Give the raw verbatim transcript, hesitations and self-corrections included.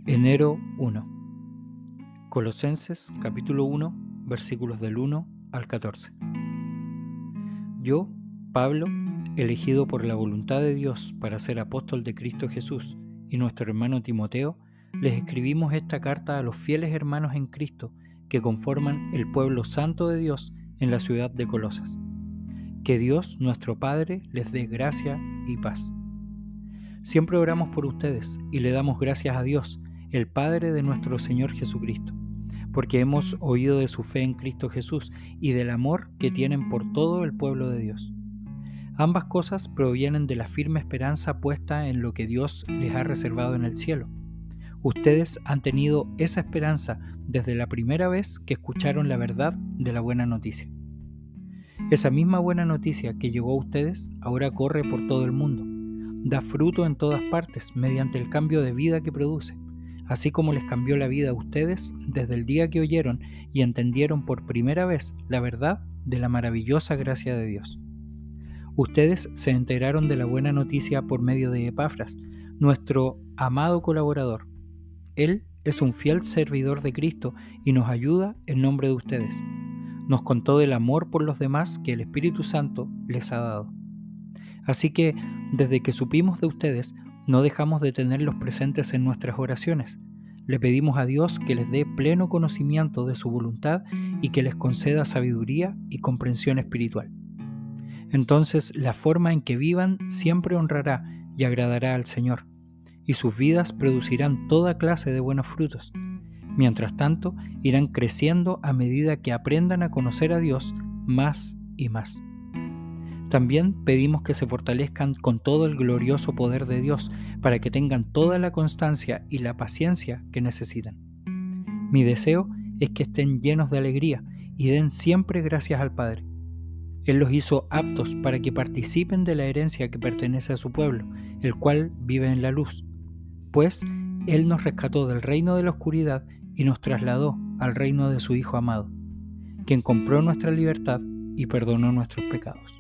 Enero uno. Colosenses capítulo uno, versículos del uno al catorce. Yo, Pablo, elegido por la voluntad de Dios para ser apóstol de Cristo Jesús, y nuestro hermano Timoteo, les escribimos esta carta a los fieles hermanos en Cristo que conforman el pueblo santo de Dios en la ciudad de Colosas. Que Dios, nuestro Padre, les dé gracia y paz. Siempre oramos por ustedes y le damos gracias a Dios, el Padre de nuestro Señor Jesucristo, porque hemos oído de su fe en Cristo Jesús y del amor que tienen por todo el pueblo de Dios. Ambas cosas provienen de la firme esperanza puesta en lo que Dios les ha reservado en el cielo. Ustedes han tenido esa esperanza desde la primera vez que escucharon la verdad de la buena noticia. Esa misma buena noticia que llegó a ustedes ahora corre por todo el mundo, da fruto en todas partes mediante el cambio de vida que produce, así como les cambió la vida a ustedes desde el día que oyeron y entendieron por primera vez la verdad de la maravillosa gracia de Dios. Ustedes se enteraron de la buena noticia por medio de Epafras, nuestro amado colaborador. Él es un fiel servidor de Cristo y nos ayuda en nombre de ustedes. Nos contó del amor por los demás que el Espíritu Santo les ha dado. Así que, desde que supimos de ustedes, no dejamos de tenerlos presentes en nuestras oraciones. Le pedimos a Dios que les dé pleno conocimiento de su voluntad y que les conceda sabiduría y comprensión espiritual. Entonces, la forma en que vivan siempre honrará y agradará al Señor, y sus vidas producirán toda clase de buenos frutos. Mientras tanto, irán creciendo a medida que aprendan a conocer a Dios más y más. También pedimos que se fortalezcan con todo el glorioso poder de Dios para que tengan toda la constancia y la paciencia que necesitan. Mi deseo es que estén llenos de alegría y den siempre gracias al Padre. Él los hizo aptos para que participen de la herencia que pertenece a su pueblo, el cual vive en la luz. Pues Él nos rescató del reino de la oscuridad y nos trasladó al reino de su Hijo amado, quien compró nuestra libertad y perdonó nuestros pecados.